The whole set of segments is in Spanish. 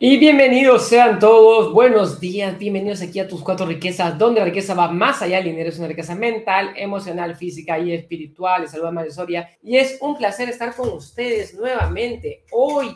Y bienvenidos sean todos, buenos días, bienvenidos aquí a Tus Cuatro Riquezas, donde la riqueza va más allá del dinero, es una riqueza mental, emocional, física y espiritual. Les saluda Mario Soria y es un placer estar con ustedes nuevamente hoy,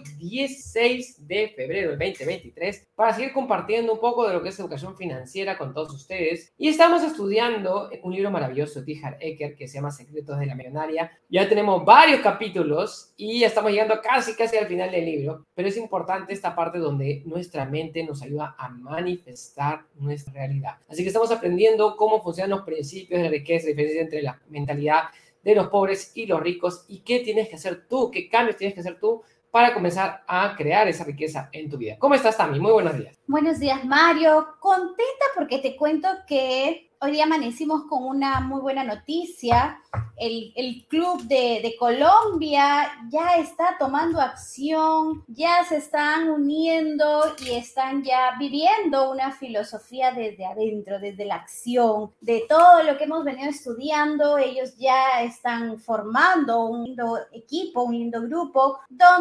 16 de febrero del 2023, para seguir compartiendo un poco de lo que es educación financiera con todos ustedes. Y estamos estudiando un libro maravilloso de T. Harv Eker que se llama Secretos de la Millonaria. Ya tenemos varios capítulos y ya estamos llegando casi al final del libro, pero es importante esta parte donde nuestra mente nos ayuda a manifestar nuestra realidad. Así que estamos aprendiendo cómo funcionan los principios de la riqueza, la diferencia entre la mentalidad de los pobres y los ricos y qué tienes que hacer tú, qué cambios tienes que hacer tú para comenzar a crear esa riqueza en tu vida. ¿Cómo estás, Tami? Muy buenos días. Buenos días, Mario. Contenta porque te cuento que hoy día amanecimos con una muy buena noticia. El Club de Colombia ya está tomando acción, ya se están uniendo y están ya viviendo una filosofía desde adentro, desde la acción, de todo lo que hemos venido estudiando. Ellos ya están formando un lindo equipo, un lindo grupo,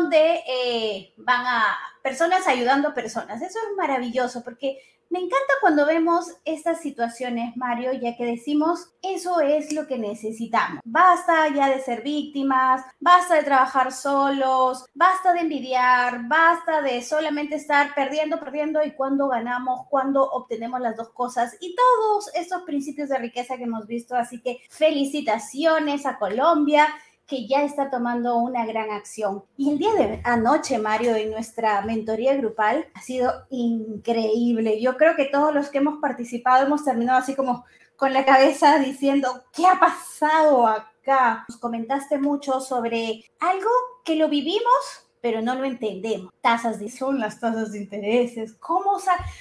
donde van a personas ayudando a personas. Eso es maravilloso porque me encanta cuando vemos estas situaciones, Mario, ya que decimos, eso es lo que necesitamos. Basta ya de ser víctimas, basta de trabajar solos, basta de envidiar, basta de solamente estar perdiendo y cuando ganamos, cuando obtenemos las dos cosas y todos estos principios de riqueza que hemos visto. Así que felicitaciones a Colombia, que ya está tomando una gran acción. Y el día de anoche, Mario, en nuestra mentoría grupal ha sido increíble. Yo creo que todos los que hemos participado hemos terminado así como con la cabeza diciendo, ¿qué ha pasado acá? Nos comentaste mucho sobre algo que lo vivimos, pero no lo entendemos. Son las tasas de intereses. ¿Cómo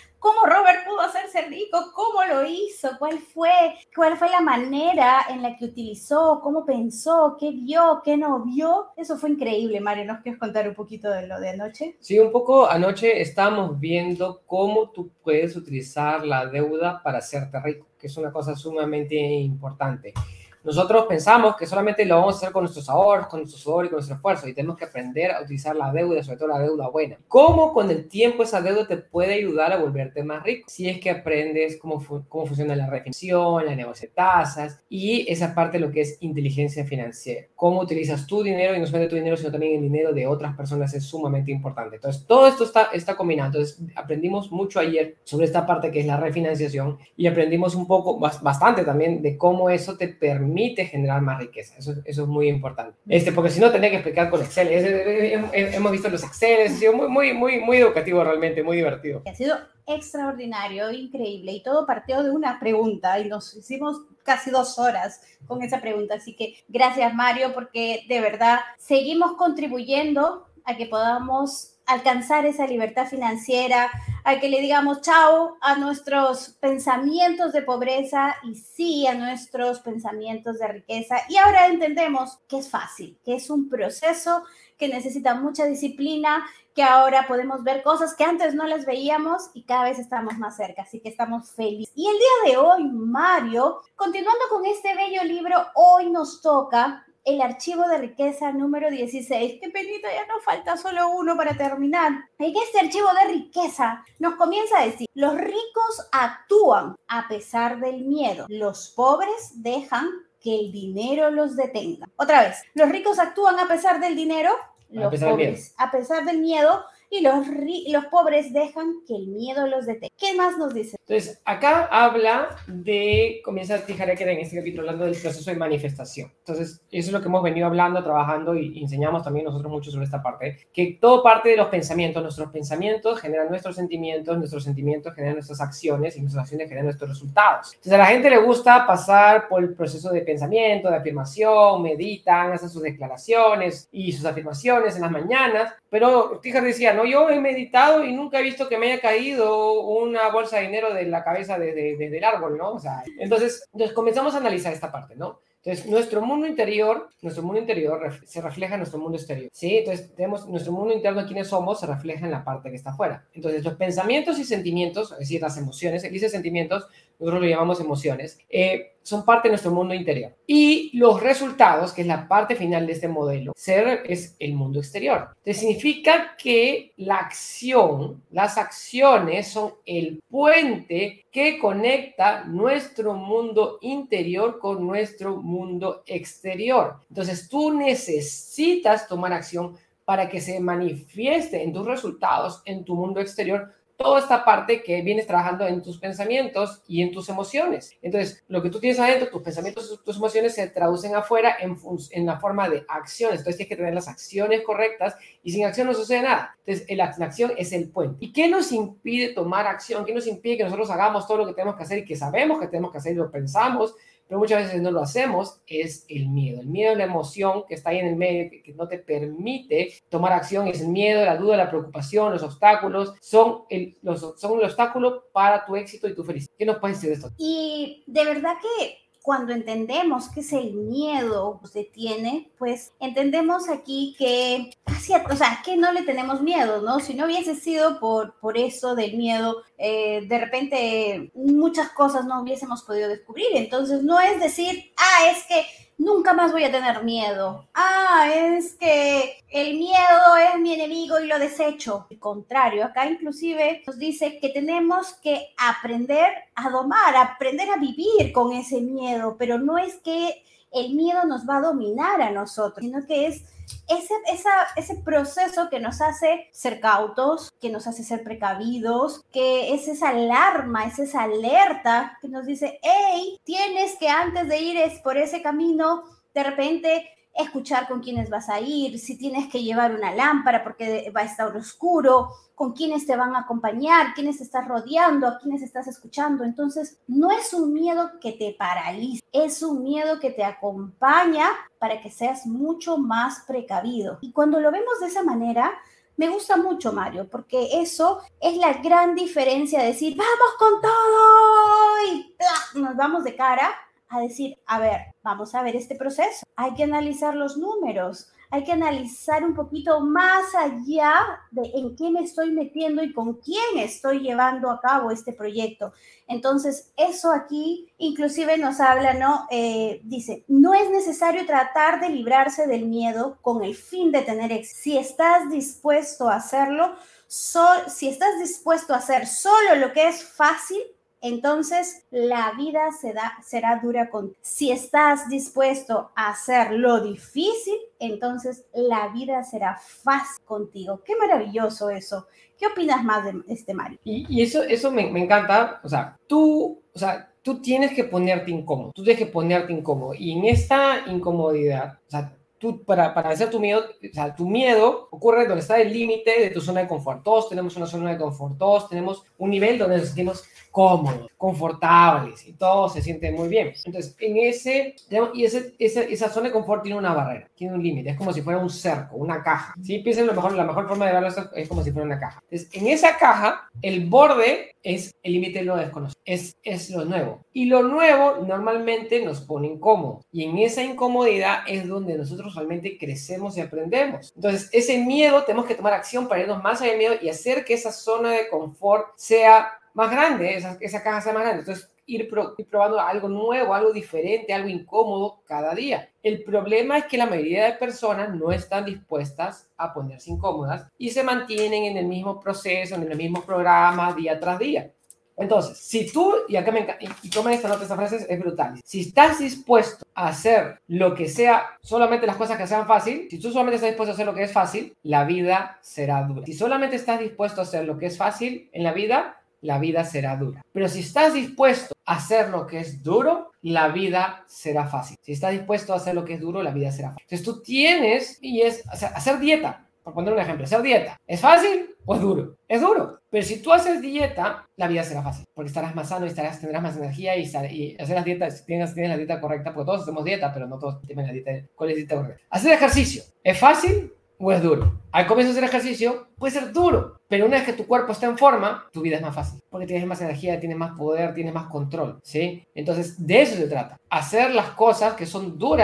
Robert pudo hacerse rico? ¿Cómo lo hizo? ¿Cuál fue la manera en la que utilizó? ¿Cómo pensó? ¿Qué vio? ¿Qué no vio? Eso fue increíble, Mario. ¿Nos quieres contar un poquito de lo de anoche? Sí, un poco anoche estábamos viendo cómo tú puedes utilizar la deuda para hacerte rico, que es una cosa sumamente importante. Nosotros pensamos que solamente lo vamos a hacer con nuestros ahorros, con nuestro sudor y con nuestro esfuerzo, y tenemos que aprender a utilizar la deuda, sobre todo la deuda buena. ¿Cómo con el tiempo esa deuda te puede ayudar a volverte más rico? Si es que aprendes cómo funciona la refinanciación, la negociación de tasas y esa parte de lo que es inteligencia financiera. Cómo utilizas tu dinero, y no solamente tu dinero, sino también el dinero de otras personas es sumamente importante. Entonces, todo esto está combinado. Entonces, aprendimos mucho ayer sobre esta parte que es la refinanciación y aprendimos un poco, bastante también, de cómo eso te permite generar más riqueza. Eso es muy importante. Porque si no, tendría que explicar con Excel. Hemos visto los Excel, ha sido muy educativo realmente, muy divertido. Ha sido extraordinario, increíble, y todo partió de una pregunta y nos hicimos casi 2 horas con esa pregunta. Así que gracias, Mario, porque de verdad seguimos contribuyendo a que podamos alcanzar esa libertad financiera, a que le digamos chao a nuestros pensamientos de pobreza y sí a nuestros pensamientos de riqueza. Y ahora entendemos que es fácil, que es un proceso que necesita mucha disciplina, que ahora podemos ver cosas que antes no las veíamos y cada vez estamos más cerca, así que estamos felices. Y el día de hoy, Mario, continuando con este bello libro, hoy nos toca el archivo de riqueza número 16. Qué penita, ya nos falta solo uno para terminar. En este archivo de riqueza nos comienza a decir, los ricos actúan a pesar del miedo, los pobres dejan que el dinero los detenga. Otra vez, los ricos actúan a pesar del dinero, los pobres a pesar del miedo, y los pobres dejan que el miedo los detenga. ¿Qué más nos dice? Entonces, acá comienza T. Harv Eker en este capítulo hablando del proceso de manifestación. Entonces, eso es lo que hemos venido hablando, trabajando y enseñamos también nosotros mucho sobre esta parte, que todo parte de los pensamientos. Nuestros pensamientos generan nuestros sentimientos generan nuestras acciones y nuestras acciones generan nuestros resultados. Entonces, a la gente le gusta pasar por el proceso de pensamiento, de afirmación, meditan, hacen sus declaraciones y sus afirmaciones en las mañanas, pero T. Harv decía, no, yo he meditado y nunca he visto que me haya caído una bolsa de dinero de la cabeza desde el árbol, ¿no? O sea, entonces comenzamos a analizar esta parte, ¿no? Entonces, nuestro mundo interior se refleja en nuestro mundo exterior, ¿sí? Entonces, tenemos nuestro mundo interno, quiénes somos, se refleja en la parte que está afuera. Entonces, los pensamientos y sentimientos, es decir, las emociones, él dice sentimientos, nosotros lo llamamos emociones, son parte de nuestro mundo interior. Y los resultados, que es la parte final de este modelo, ser es el mundo exterior. Entonces significa que la acción, las acciones son el puente que conecta nuestro mundo interior con nuestro mundo exterior. Entonces tú necesitas tomar acción para que se manifieste en tus resultados, en tu mundo exterior, toda esta parte que vienes trabajando en tus pensamientos y en tus emociones. Entonces, lo que tú tienes adentro, tus pensamientos, tus emociones se traducen afuera en la forma de acciones. Entonces, tienes que tener las acciones correctas y sin acción no sucede nada. Entonces, la acción es el puente. ¿Y qué nos impide tomar acción? ¿Qué nos impide que nosotros hagamos todo lo que tenemos que hacer y que sabemos que tenemos que hacer y lo pensamos, pero muchas veces no lo hacemos? Es el miedo. El miedo es la emoción que está ahí en el medio, que no te permite tomar acción. Es el miedo, la duda, la preocupación, los obstáculos. Son el obstáculo para tu éxito y tu felicidad. ¿Qué nos puedes decir de esto? Y de verdad que cuando entendemos qué es el miedo que usted tiene, pues entendemos aquí que o sea, que no le tenemos miedo, ¿no? Si no hubiese sido por eso del miedo, de repente muchas cosas no hubiésemos podido descubrir. Entonces no es decir, es que nunca más voy a tener miedo. Es que el miedo es mi enemigo y lo desecho. Al contrario, acá inclusive nos dice que tenemos que aprender a domar, aprender a vivir con ese miedo, pero no es que el miedo nos va a dominar a nosotros, sino que es ese proceso que nos hace ser cautos, que nos hace ser precavidos, que es esa alarma, es esa alerta que nos dice, hey, tienes que antes de ir por ese camino, de repente escuchar con quiénes vas a ir, si tienes que llevar una lámpara porque va a estar oscuro, con quiénes te van a acompañar, quiénes te estás rodeando, a quiénes estás escuchando. Entonces, no es un miedo que te paraliza, es un miedo que te acompaña para que seas mucho más precavido. Y cuando lo vemos de esa manera, me gusta mucho, Mario, porque eso es la gran diferencia de decir, vamos con todo y nos vamos de cara a decir, a ver, vamos a ver este proceso. Hay que analizar los números, hay que analizar un poquito más allá de en qué me estoy metiendo y con quién estoy llevando a cabo este proyecto. Entonces, eso aquí inclusive nos habla, ¿no? Dice, no es necesario tratar de librarse del miedo con el fin de tener éxito. Si estás dispuesto a hacerlo, si estás dispuesto a hacer solo lo que es fácil, entonces la vida será dura contigo. Si estás dispuesto a hacer lo difícil, entonces la vida será fácil contigo. Qué maravilloso eso. ¿Qué opinas más de Mario? Y eso me encanta. O sea, tú tienes que ponerte incómodo. Tú tienes que ponerte incómodo. Y en esta incomodidad, o sea, tú, para vencer tu miedo, o sea, tu miedo ocurre donde está el límite de tu zona de confort. Todos tenemos una zona de confort, todos tenemos un nivel donde nos sentimos cómodos, confortables y todo se siente muy bien. Entonces, esa zona de confort tiene una barrera, tiene un límite, es como si fuera un cerco, una caja. ¿Sí? Piensen la mejor forma de verlo es como si fuera una caja. Entonces, en esa caja, el borde es el límite de lo desconocido, es lo nuevo. Y lo nuevo normalmente nos pone incómodos. Y en esa incomodidad es donde nosotros realmente crecemos y aprendemos. Entonces, ese miedo, tenemos que tomar acción para irnos más allá del miedo y hacer que esa zona de confort sea más grande, esa caja sea más grande. Entonces, ir probando algo nuevo, algo diferente, algo incómodo cada día. El problema es que la mayoría de personas no están dispuestas a ponerse incómodas y se mantienen en el mismo proceso, en el mismo programa, día tras día. Entonces, si tú, y acá me encanta, y tomen esta nota, esta frase es brutal. Si estás dispuesto a hacer lo que sea, solamente las cosas que sean fácil, si tú solamente estás dispuesto a hacer lo que es fácil, la vida será dura. Si solamente estás dispuesto a hacer lo que es fácil en la vida será dura. Pero si estás dispuesto a hacer lo que es duro, la vida será fácil. Si estás dispuesto a hacer lo que es duro, la vida será fácil. Entonces tú tienes, hacer dieta. Por poner un ejemplo, hacer dieta. ¿Es fácil o es duro? Es duro. Pero si tú haces dieta, la vida será fácil. Porque estarás más sano y tendrás más energía y hacer las dietas, si tienes la dieta correcta, porque todos hacemos dieta, pero no todos tienen la dieta. ¿Cuál es la dieta correcta? Hacer ejercicio. ¿Es fácil o es duro? Al comienzo de hacer ejercicio puede ser duro, pero una vez que tu cuerpo está en forma, tu vida es más fácil, porque tienes más energía, tienes más poder, tienes más control, ¿sí? Entonces, de eso se trata. Hacer las cosas que son duras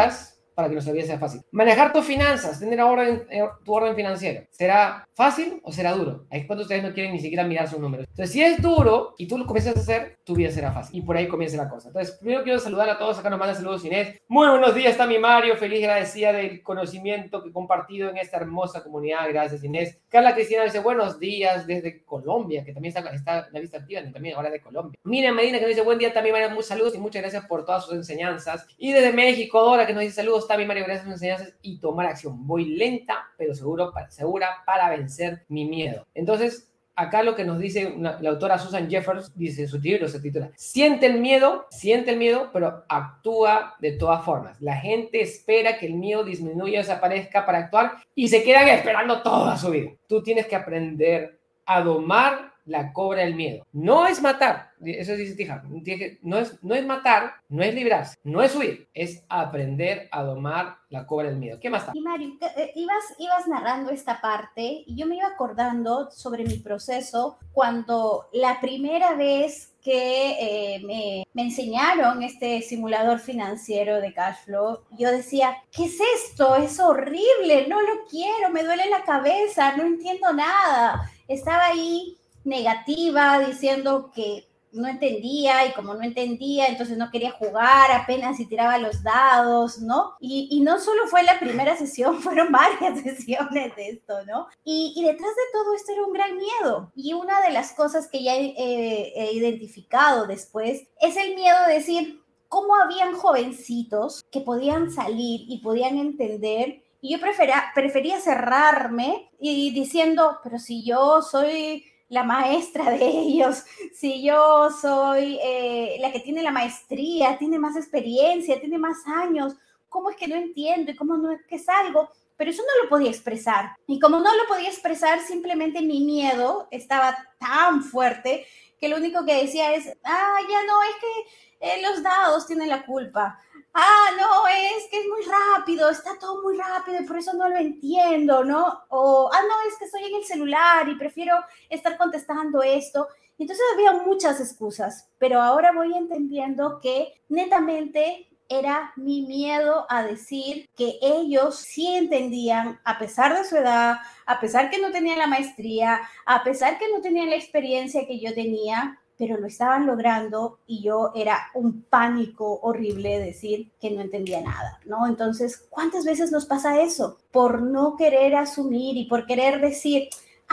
para que nuestra vida sea fácil. Manejar tus finanzas, tener tu orden financiero. ¿Será fácil o será duro? Ahí es cuando ustedes no quieren ni siquiera mirar sus números. Entonces, si es duro y tú lo comienzas a hacer, tu vida será fácil. Y por ahí comienza la cosa. Entonces, primero quiero saludar a todos. Acá nos manda saludos Inés. Muy buenos días, está mi Mario. Feliz, agradecida del conocimiento que he compartido en esta hermosa comunidad. Gracias, Inés. Carla Cristina dice, buenos días desde Colombia, que también está la vista activa, también ahora de Colombia. Miriam Medina, que nos dice, buen día, también Mario, muchos saludos y muchas gracias por todas sus enseñanzas. Y desde México, Dora, que nos dice, saludos, también Mario, gracias por sus enseñanzas y tomar acción. Voy lenta, pero segura para vencer mi miedo. Entonces, acá lo que nos dice la autora Susan Jeffers, dice, su libro se titula, siente el miedo, pero actúa de todas formas. La gente espera que el miedo disminuya o desaparezca para actuar y se quedan esperando toda su vida. Tú tienes que aprender a domar la cobra del miedo. No es matar, eso dice Tija, no es matar, no es librarse, no es huir, es aprender a domar la cobra del miedo. ¿Qué más está? Y Mario, ibas narrando esta parte y yo me iba acordando sobre mi proceso cuando la primera vez que me enseñaron este simulador financiero de Cashflow, yo decía, ¿qué es esto? Es horrible, no lo quiero, me duele la cabeza, no entiendo nada. Estaba ahí negativa, diciendo que no entendía y como no entendía, entonces no quería jugar, apenas si tiraba los dados, ¿no? Y no solo fue la primera sesión, fueron varias sesiones de esto, ¿no? Y detrás de todo esto era un gran miedo. Y una de las cosas que ya he identificado después es el miedo de decir cómo habían jovencitos que podían salir y podían entender. Y yo prefería cerrarme y diciendo, pero si yo soy la maestra de ellos, si yo soy la que tiene la maestría, tiene más experiencia, tiene más años, ¿cómo es que no entiendo y cómo no es que salgo? Pero eso no lo podía expresar. Y como no lo podía expresar, simplemente mi miedo estaba tan fuerte que lo único que decía es, ya no, es que los dados tienen la culpa. No, es que es muy rápido, está todo muy rápido y por eso no lo entiendo, ¿no? O, no, es que estoy en el celular y prefiero estar contestando esto. Entonces había muchas excusas, pero ahora voy entendiendo que netamente era mi miedo a decir que ellos sí entendían, a pesar de su edad, a pesar que no tenían la maestría, a pesar que no tenían la experiencia que yo tenía, pero lo estaban logrando y yo era un pánico horrible decir que no entendía nada, ¿no? Entonces, ¿cuántas veces nos pasa eso? Por no querer asumir y por querer decir,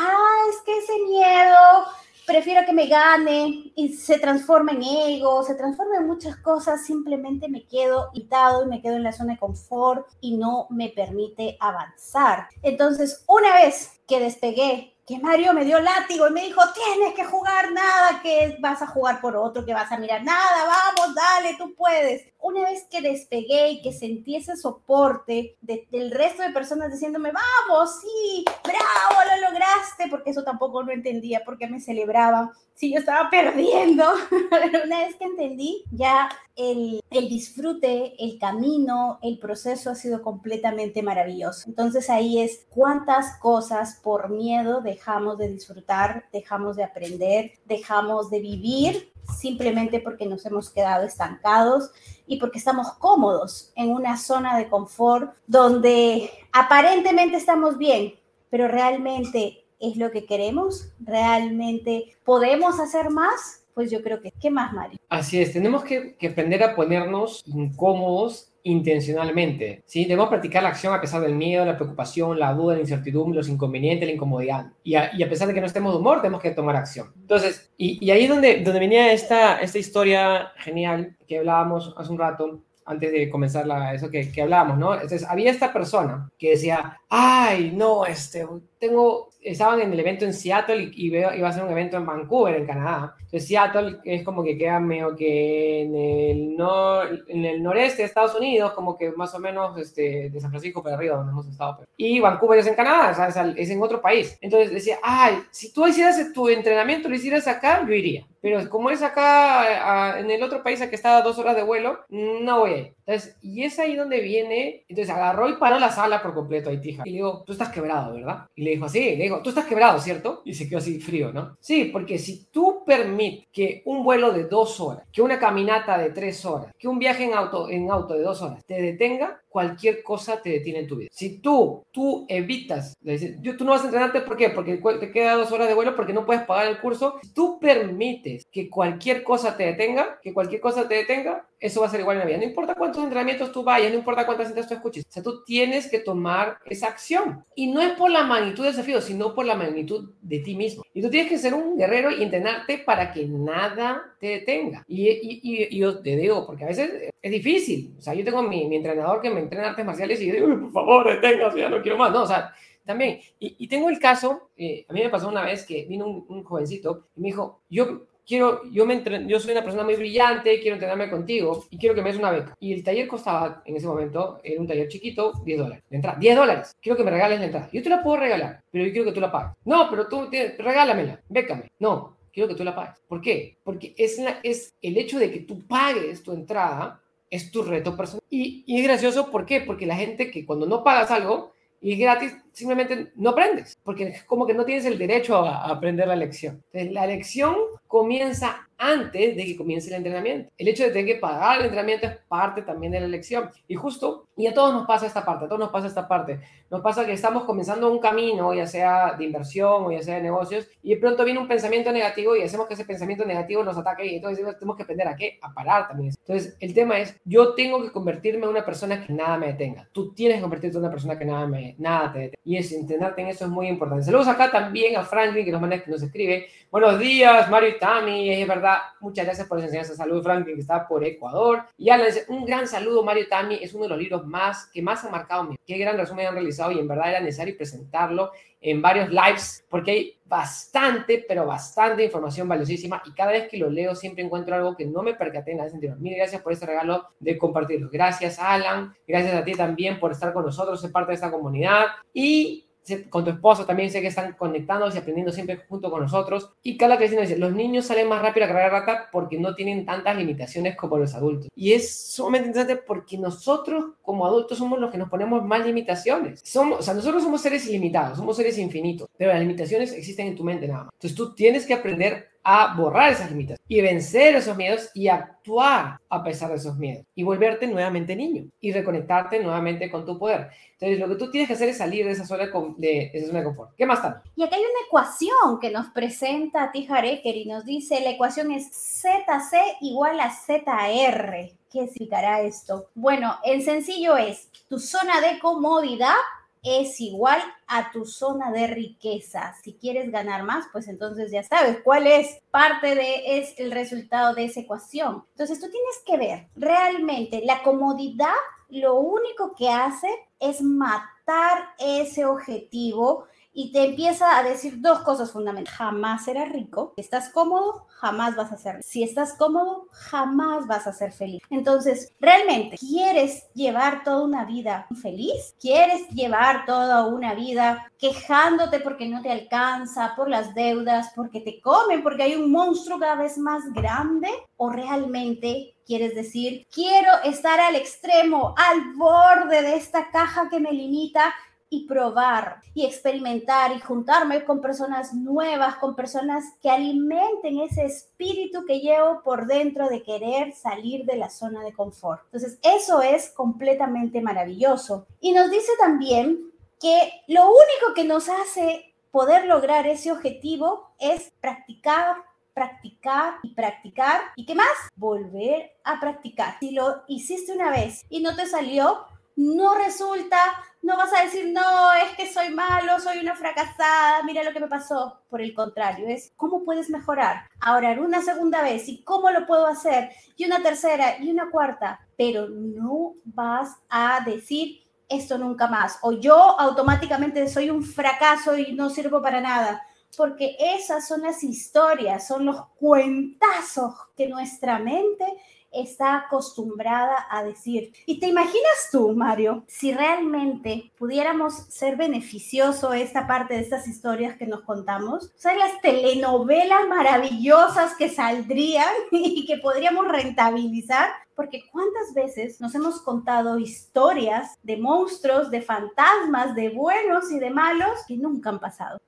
es que ese miedo, prefiero que me gane y se transforma en ego, se transforma en muchas cosas, simplemente me quedo irritado y me quedo en la zona de confort y no me permite avanzar. Entonces, una vez que despegué, que Mario me dio látigo y me dijo, tienes que jugar, nada, que vas a jugar por otro, que vas a mirar, nada, vamos, dale, tú puedes. Una vez que despegué y que sentí ese soporte del resto de personas diciéndome, vamos, sí, bravo, lo lograste, porque eso tampoco no entendía, porque me celebraban, si yo estaba perdiendo. Pero una vez que entendí, ya el disfrute, el camino, el proceso ha sido completamente maravilloso. Entonces ahí es cuántas cosas por miedo dejamos de disfrutar, dejamos de aprender, dejamos de vivir simplemente porque nos hemos quedado estancados y porque estamos cómodos en una zona de confort donde aparentemente estamos bien, pero realmente es lo que queremos, realmente podemos hacer más. Pues yo creo que, ¿qué más, Mario? Así es, tenemos que aprender a ponernos incómodos intencionalmente, ¿sí? Debemos practicar la acción a pesar del miedo, la preocupación, la duda, la incertidumbre, los inconvenientes, la incomodidad. Y a pesar de que no estemos de humor, tenemos que tomar acción. Entonces, y ahí es donde venía esta historia genial que hablábamos hace un rato, antes de comenzar eso que hablábamos, ¿no? Entonces, había esta persona que decía, no, estaban en el evento en Seattle y iba a ser un evento en Vancouver, en Canadá. Entonces, Seattle es como que queda medio que en el noreste de Estados Unidos, como que más o menos de San Francisco para arriba, donde hemos estado. Y Vancouver es en Canadá, o sea, es en otro país. Entonces decía, si tú hicieras tu entrenamiento, lo hicieras acá, yo iría. Pero como es acá, en el otro país a que está a 2 horas de vuelo, no voy a ir. Entonces, y es ahí donde viene, entonces agarró y paró la sala por completo a Itija. Y le digo, tú estás quebrado, ¿verdad? Y le le dijo así, le dijo, tú estás quebrado, ¿cierto? Y se quedó así frío, ¿no? Sí, porque si tú permites que un vuelo de 2 horas, que una caminata de 3 horas, que un viaje en auto de 2 horas te detenga, cualquier cosa te detiene en tu vida. Si tú evitas, tú no vas a entrenarte, ¿por qué? Porque te queda 2 horas de vuelo, porque no puedes pagar el curso. Si tú permites que cualquier cosa te detenga, eso va a ser igual en la vida. No importa cuántos entrenamientos tú vayas, no importa cuántas cintas tú escuches. O sea, tú tienes que tomar esa acción. Y no es por la magnitud del desafío, sino por la magnitud de ti mismo. Y tú tienes que ser un guerrero y entrenarte para que nada te detenga. Y yo te digo, porque a veces es difícil. O sea, yo tengo mi entrenador que me entrena artes marciales y yo digo, por favor, deténgase, ya no quiero más. No, o sea, también. Y tengo el caso, a mí me pasó una vez que vino un jovencito y me dijo, yo soy una persona muy brillante, quiero entrenarme contigo y quiero que me des una beca. Y el taller costaba, en ese momento, era un taller chiquito, $10. La entrada, $10. Quiero que me regales la entrada. Yo te la puedo regalar, pero yo quiero que tú la pagues. No, pero regálamela, bécame. No, quiero que tú la pagues. ¿Por qué? Porque es el hecho de que tú pagues tu entrada, es tu reto personal. Y es gracioso, ¿por qué? Porque la gente que cuando no pagas algo y es gratis, simplemente no aprendes, porque es como que no tienes el derecho a aprender la lección. Entonces, la lección comienza antes de que comience el entrenamiento. El hecho de tener que pagar el entrenamiento es parte también de la lección. Y a todos nos pasa esta parte, Nos pasa que estamos comenzando un camino, ya sea de inversión o ya sea de negocios, y de pronto viene un pensamiento negativo y hacemos que ese pensamiento negativo nos ataque, y entonces tenemos que aprender a parar también. Entonces, el tema es, yo tengo que convertirme en una persona que nada me detenga. Tú tienes que convertirte en una persona que nada te detenga. Y entrenarte en eso es muy importante. Saludos acá también a Franklin, que nos escribe. Buenos días, Mario y Tami. Es verdad, muchas gracias por las enseñanzas. Saludos, Franklin, que está por Ecuador. Y Alan dice, un gran saludo, Mario y Tami. Es uno de los libros que más han marcado mi vida. Qué gran resumen han realizado y en verdad era necesario presentarlo en varios lives porque hay bastante información valiosísima y cada vez que lo leo siempre encuentro algo que no me percaté en la vez anterior. Mil gracias por este regalo de compartirlo. Gracias, Alan. Gracias a ti también por estar con nosotros, ser parte de esta comunidad. Y con tu esposo también sé que están conectándose y aprendiendo siempre junto con nosotros. Y Carla Cristina dice, los niños salen más rápido a cargar rata porque no tienen tantas limitaciones como los adultos. Y es sumamente interesante porque nosotros como adultos somos los que nos ponemos más limitaciones. Nosotros somos seres ilimitados, somos seres infinitos, pero las limitaciones existen en tu mente nada más. Entonces tú tienes que aprender a borrar esas limitaciones y vencer esos miedos y actuar a pesar de esos miedos y volverte nuevamente niño y reconectarte nuevamente con tu poder. Entonces, lo que tú tienes que hacer es salir de esa zona de confort. ¿Qué más está? Y acá hay una ecuación que nos presenta Tija Eker y nos dice, la ecuación es ZC igual a ZR. ¿Qué significará esto? Bueno, en sencillo es, tu zona de comodidad es igual a tu zona de riqueza. Si quieres ganar más, pues entonces ya sabes cuál es es el resultado de esa ecuación. Entonces tú tienes que ver, realmente la comodidad lo único que hace es matar ese objetivo y te empieza a decir dos cosas fundamentales. Jamás serás rico. Si estás cómodo, jamás vas a ser rico. Si estás cómodo, jamás vas a ser feliz. Entonces, ¿realmente quieres llevar toda una vida feliz? ¿Quieres llevar toda una vida quejándote porque no te alcanza, por las deudas, porque te comen, porque hay un monstruo cada vez más grande? ¿O realmente quieres decir, quiero estar al extremo, al borde de esta caja que me limita y probar y experimentar y juntarme con personas nuevas, con personas que alimenten ese espíritu que llevo por dentro de querer salir de la zona de confort? Entonces, eso es completamente maravilloso. Y nos dice también que lo único que nos hace poder lograr ese objetivo es practicar y practicar. ¿Y qué más? Volver a practicar. Si lo hiciste una vez y no te salió, no resulta, no vas a decir, no, es que soy malo, soy una fracasada, mira lo que me pasó. Por el contrario, es cómo puedes mejorar. Ahora, una segunda vez, ¿y cómo lo puedo hacer? Y una tercera, y una cuarta. Pero no vas a decir esto nunca más. O yo automáticamente soy un fracaso y no sirvo para nada. Porque esas son las historias, son los cuentazos que nuestra mente está acostumbrada a decir. ¿Y te imaginas tú, Mario, si realmente pudiéramos ser beneficioso esta parte de estas historias que nos contamos? O sea, las telenovelas maravillosas que saldrían y que podríamos rentabilizar. Porque ¿cuántas veces nos hemos contado historias de monstruos, de fantasmas, de buenos y de malos que nunca han pasado?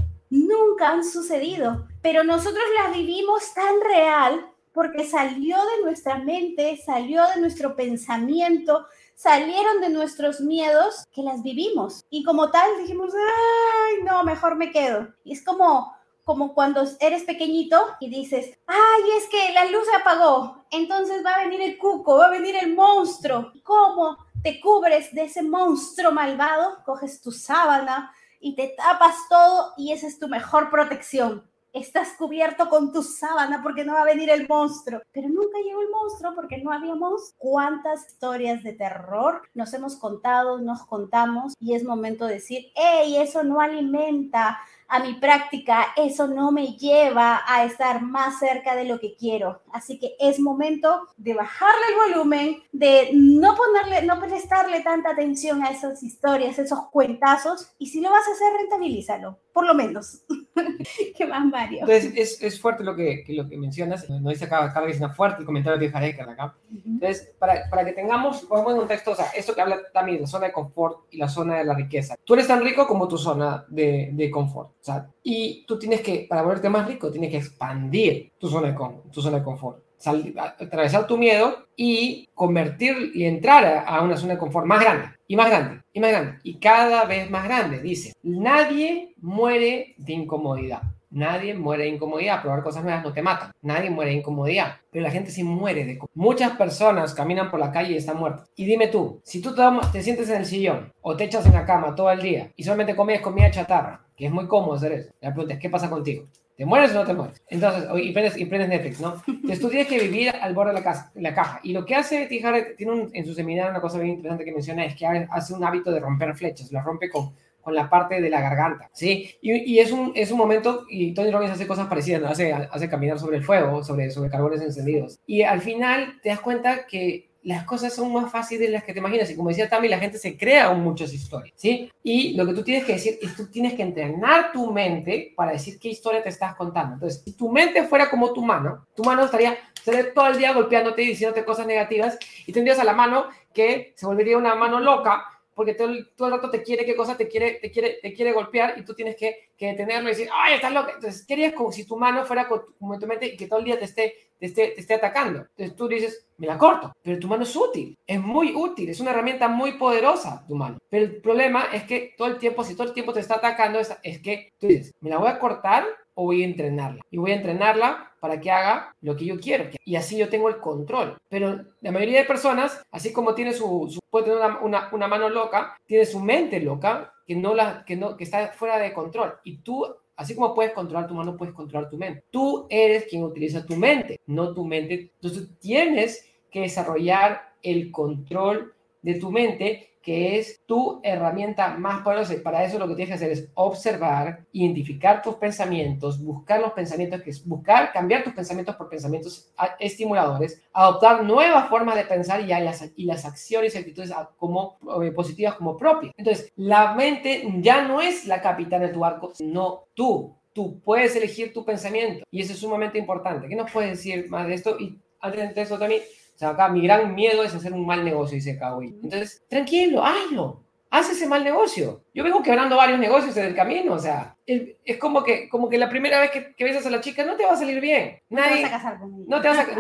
Nunca han sucedido, pero nosotros las vivimos tan real porque salió de nuestra mente, salió de nuestro pensamiento, salieron de nuestros miedos que las vivimos. Y como tal dijimos, ay, no, mejor me quedo. Y es como cuando eres pequeñito y dices, ay, es que la luz se apagó, entonces va a venir el cuco, va a venir el monstruo. ¿Cómo te cubres de ese monstruo malvado? Coges tu sábana y te tapas todo y esa es tu mejor protección. Estás cubierto con tu sábana porque no va a venir el monstruo. Pero nunca llegó el monstruo porque no había monstruo. ¿Cuántas historias de terror nos hemos contado, nos contamos? Y es momento de decir, hey, eso no alimenta a mi práctica, eso no me lleva a estar más cerca de lo que quiero. Así que es momento de bajarle el volumen, de no prestarle tanta atención a esas historias, esos cuentazos, y si lo vas a hacer, rentabilízalo, por lo menos. ¿Qué más, Mario? Entonces, es fuerte lo que mencionas. No dice acá, es una fuerte el comentario de Jareca acá. Entonces, para que tengamos, pongamos en un texto, o sea, esto que habla también de la zona de confort y la zona de la riqueza. Tú eres tan rico como tu zona de confort. O sea, y tú tienes que, para volverte más rico, tienes que expandir tu zona de confort. Atravesar tu miedo y convertir y entrar a una zona de confort más grande y más grande y más grande y cada vez más grande. Dice, nadie muere de incomodidad. Nadie muere de incomodidad. Probar cosas nuevas no te matan. Nadie muere de incomodidad. Pero la gente sí muere de... Muchas personas caminan por la calle y están muertas. Y dime tú, si tú te sientes en el sillón o te echas en la cama todo el día y solamente comes comida chatarra, que es muy cómodo hacer eso, la pregunta es, ¿qué pasa contigo? ¿Te mueres o no te mueres? Entonces, y prendes Netflix, ¿no? Entonces tú tienes que vivir al borde de la caja. Y lo que hace Tijar, tiene en su seminario una cosa bien interesante que menciona, es que hace un hábito de romper flechas, la rompe con la parte de la garganta, ¿sí? Y es un momento, y Tony Robbins hace cosas parecidas, ¿no? hace caminar sobre el fuego, sobre carbones encendidos. Y al final te das cuenta que las cosas son más fáciles de las que te imaginas. Y como decía Tami, la gente se crea muchas historias, ¿sí? Y lo que tú tienes que decir es tú tienes que entrenar tu mente para decir qué historia te estás contando. Entonces, si tu mente fuera como tu mano estaría todo el día golpeándote y diciéndote cosas negativas y tendrías a la mano que se volvería una mano loca porque todo el rato te quiere, qué cosa te quiere golpear y tú tienes que detenerlo y decir, ¡ay, estás loca! Entonces, ¿qué harías como si tu mano fuera como tu mente y que todo el día te esté atacando? Entonces tú dices, me la corto, pero tu mano es útil, es muy útil, es una herramienta muy poderosa tu mano. Pero el problema es que si todo el tiempo te está atacando, es que tú dices, ¿me la voy a cortar o voy a entrenarla? Y voy a entrenarla para que haga lo que yo quiero. Y así yo tengo el control. Pero la mayoría de personas, así como tiene puede tener una mano loca, tiene su mente loca que está fuera de control. Y tú, así como puedes controlar tu mano, puedes controlar tu mente. Tú eres quien utiliza tu mente, no tu mente. Entonces tienes que desarrollar el control de tu mente, que es tu herramienta más poderosa. Y para eso lo que tienes que hacer es observar, identificar tus pensamientos, buscar los pensamientos, cambiar tus pensamientos por pensamientos estimuladores, adoptar nuevas formas de pensar y las acciones y actitudes como positivas como propias. Entonces, la mente ya no es la capitana de tu barco, sino tú. Tú puedes elegir tu pensamiento y eso es sumamente importante. ¿Qué nos puedes decir más de esto? Y antes de eso también, o sea, acá mi gran miedo es hacer un mal negocio, dice Kawhi. Entonces, tranquilo, hazlo. Haz ese mal negocio. Yo vengo quebrando varios negocios en el camino, o sea, es como que la primera vez que besas a la chica no te va a salir bien. No te vas a casar con ella. No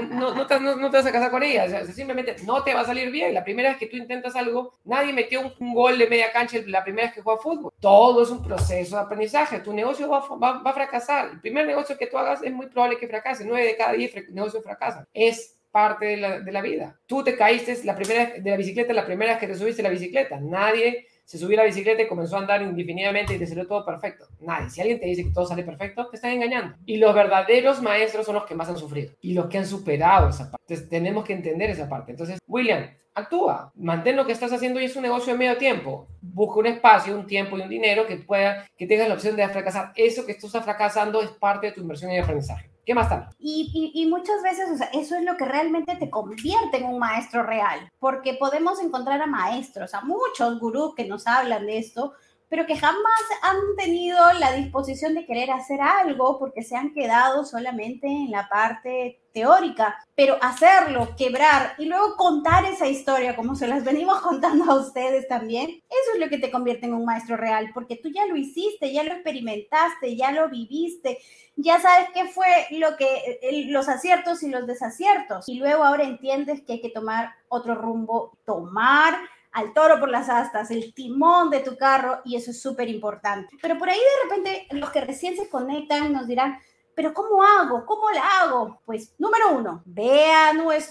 te vas a casar con ella, o sea, simplemente no te va a salir bien. La primera vez que tú intentas algo, nadie metió un gol de media cancha la primera vez que juega fútbol. Todo es un proceso de aprendizaje. Tu negocio va a fracasar. El primer negocio que tú hagas es muy probable que fracase. 9 de cada 10 negocios fracasan. Es parte de la vida. Tú te caíste la primera vez que te subiste a la bicicleta. Nadie se subió a la bicicleta y comenzó a andar indefinidamente y te salió todo perfecto. Nadie. Si alguien te dice que todo sale perfecto, te están engañando. Y los verdaderos maestros son los que más han sufrido y los que han superado esa parte. Entonces tenemos que entender esa parte. Entonces, William, actúa, mantén lo que estás haciendo y es un negocio de medio tiempo. Busca un espacio, un tiempo y un dinero que tengas la opción de fracasar. Eso que tú estás fracasando es parte de tu inversión y aprendizaje. ¿Qué más está? Y muchas veces, o sea, eso es lo que realmente te convierte en un maestro real, porque podemos encontrar a maestros, a muchos gurús que nos hablan de esto, pero que jamás han tenido la disposición de querer hacer algo porque se han quedado solamente en la parte teórica. Pero hacerlo, quebrar y luego contar esa historia como se las venimos contando a ustedes también, eso es lo que te convierte en un maestro real, porque tú ya lo hiciste, ya lo experimentaste, ya lo viviste, ya sabes qué fue los aciertos y los desaciertos. Y luego ahora entiendes que hay que tomar otro rumbo, tomar al toro por las astas, el timón de tu carro, y eso es súper importante. Pero por ahí de repente los que recién se conectan nos dirán, pero ¿cómo hago? ¿Cómo la hago? Pues, número 1, vea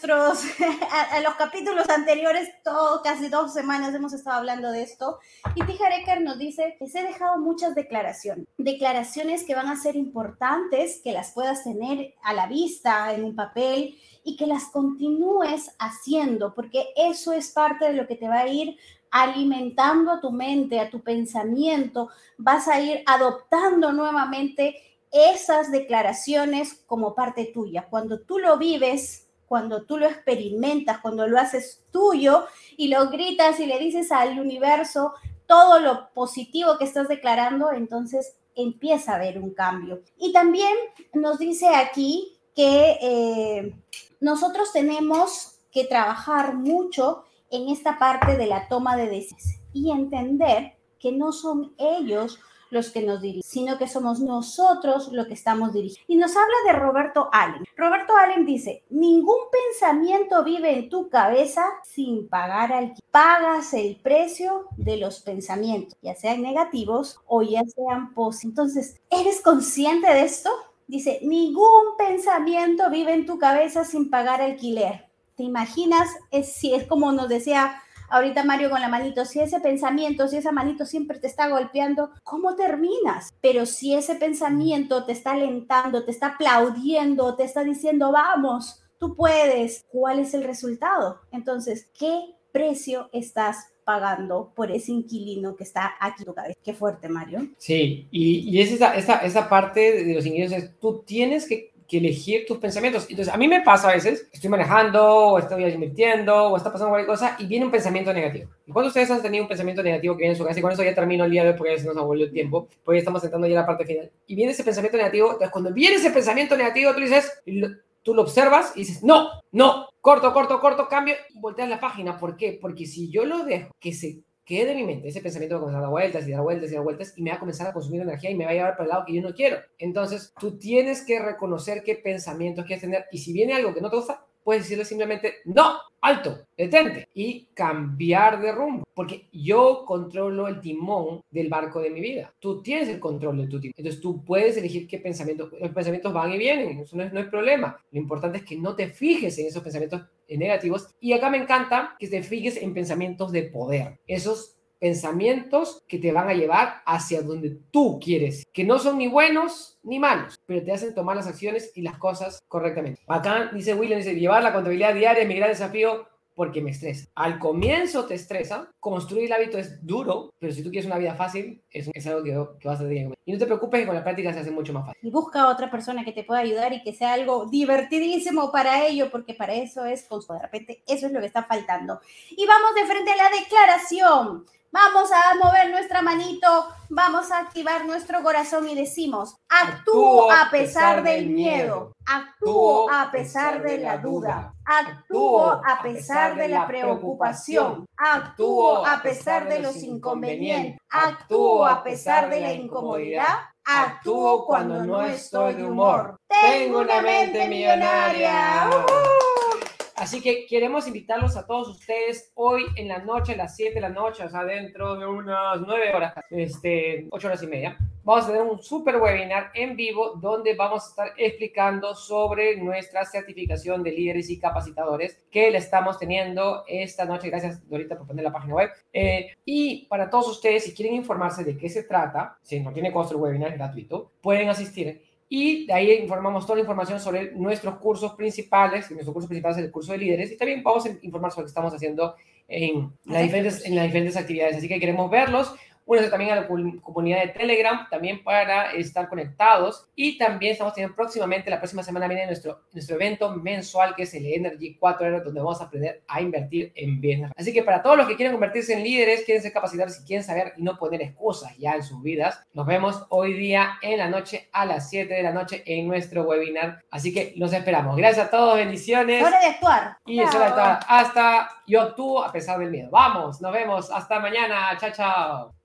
a los capítulos anteriores, casi 2 semanas hemos estado hablando de esto, y T. Harv Eker nos dice que se ha dejado muchas declaraciones que van a ser importantes, que las puedas tener a la vista en un papel, y que las continúes haciendo, porque eso es parte de lo que te va a ir alimentando a tu mente, a tu pensamiento. Vas a ir adoptando nuevamente esas declaraciones como parte tuya. Cuando tú lo vives, cuando tú lo experimentas, cuando lo haces tuyo y lo gritas y le dices al universo todo lo positivo que estás declarando, entonces empieza a haber un cambio. Y también nos dice aquí que nosotros tenemos que trabajar mucho en esta parte de la toma de decisiones y entender que no son ellos los que nos dirigen, sino que somos nosotros los que estamos dirigiendo. Y nos habla de Roberto Allen. Roberto Allen dice, ningún pensamiento vive en tu cabeza sin pagar alquiler. Pagas el precio de los pensamientos, ya sean negativos o ya sean positivos. Entonces, ¿eres consciente de esto? Dice, ningún pensamiento vive en tu cabeza sin pagar alquiler. ¿Te imaginas? Si es como nos decía ahorita Mario con la manito, si ese pensamiento, si esa manito siempre te está golpeando, ¿cómo terminas? Pero si ese pensamiento te está alentando, te está aplaudiendo, te está diciendo, vamos, tú puedes, ¿cuál es el resultado? Entonces, ¿qué precio estás pagando por ese inquilino que está aquí en tu cabeza? Qué fuerte, Mario. Sí, y es esa parte de los inquilinos, es, tú tienes que elegir tus pensamientos. Entonces, a mí me pasa a veces, estoy manejando, o estoy invirtiendo, o está pasando cualquier cosa, y viene un pensamiento negativo. ¿Y cuántos de ustedes han tenido un pensamiento negativo que viene en su casa? Y con eso ya termino el día de hoy, porque ya se nos ha volvido el tiempo, porque ya estamos entrando ya a la parte final. Y viene ese pensamiento negativo, entonces cuando viene ese pensamiento negativo, tú dices, tú lo observas y dices, no, corto, cambio, y volteas la página. ¿Por qué? Porque si yo lo dejo que se quede en mi mente, ese pensamiento va a comenzar a dar vueltas y dar vueltas y dar vueltas, y me va a comenzar a consumir energía y me va a llevar para el lado que yo no quiero. Entonces, tú tienes que reconocer qué pensamientos quieres tener, y si viene algo que no te gusta, puedes decirle simplemente, no, alto, detente, y cambiar de rumbo, porque yo controlo el timón del barco de mi vida. Tú tienes el control de tu timón. Entonces, tú puedes elegir qué pensamientos, los pensamientos van y vienen, eso no es problema. Lo importante es que no te fijes en esos pensamientos negativos, y acá me encanta que te fijes en pensamientos de poder, esos pensamientos que te van a llevar hacia donde tú quieres, que no son ni buenos ni malos, pero te hacen tomar las acciones y las cosas correctamente. Acá dice William, dice, llevar la contabilidad diaria es mi gran desafío porque me estresa. Al comienzo te estresa, construir el hábito es duro, pero si tú quieres una vida fácil, es algo que vas a tener. Y no te preocupes, que con la práctica se hace mucho más fácil. Y busca a otra persona que te pueda ayudar y que sea algo divertidísimo para ello, porque para eso es, de repente, eso es lo que está faltando. Y vamos de frente a la declaración. Vamos a mover nuestra manito, vamos a activar nuestro corazón y decimos, actúo a pesar del miedo, actúo a pesar de la duda, actúo a pesar de la preocupación, actúo a pesar de los inconvenientes, actúo a pesar de la incomodidad, actúo cuando no estoy de humor. Tengo una mente millonaria. Así que queremos invitarlos a todos ustedes hoy en la noche, a las 7 de la noche, o sea, dentro de unas 9 horas, 8 horas y media. Vamos a tener un super webinar en vivo donde vamos a estar explicando sobre nuestra certificación de líderes y capacitadores que la estamos teniendo esta noche. Gracias, Dorita, por poner la página web. Y para todos ustedes, si quieren informarse de qué se trata, si no tiene costo el webinar, es gratuito, pueden asistir. Y de ahí informamos toda la información sobre nuestros cursos principales, y nuestro curso principal es el curso de líderes, y también vamos a informar sobre lo que estamos haciendo en las diferentes actividades. Así que queremos verlos. Únanse también a la comunidad de Telegram, también para estar conectados. Y también estamos teniendo próximamente, la próxima semana viene nuestro evento mensual, que es el Energy 4 donde vamos a aprender a invertir en bienes. Así que para todos los que quieren convertirse en líderes, quieren ser capacitados y quieren saber y no poner excusas ya en sus vidas, nos vemos hoy día en la noche a las 7 de la noche en nuestro webinar. Así que los esperamos. Gracias a todos, bendiciones. Hora de actuar. Y es hora de actuar. Hasta yo actúo a pesar del miedo. Vamos, nos vemos. Hasta mañana. Chao, chao.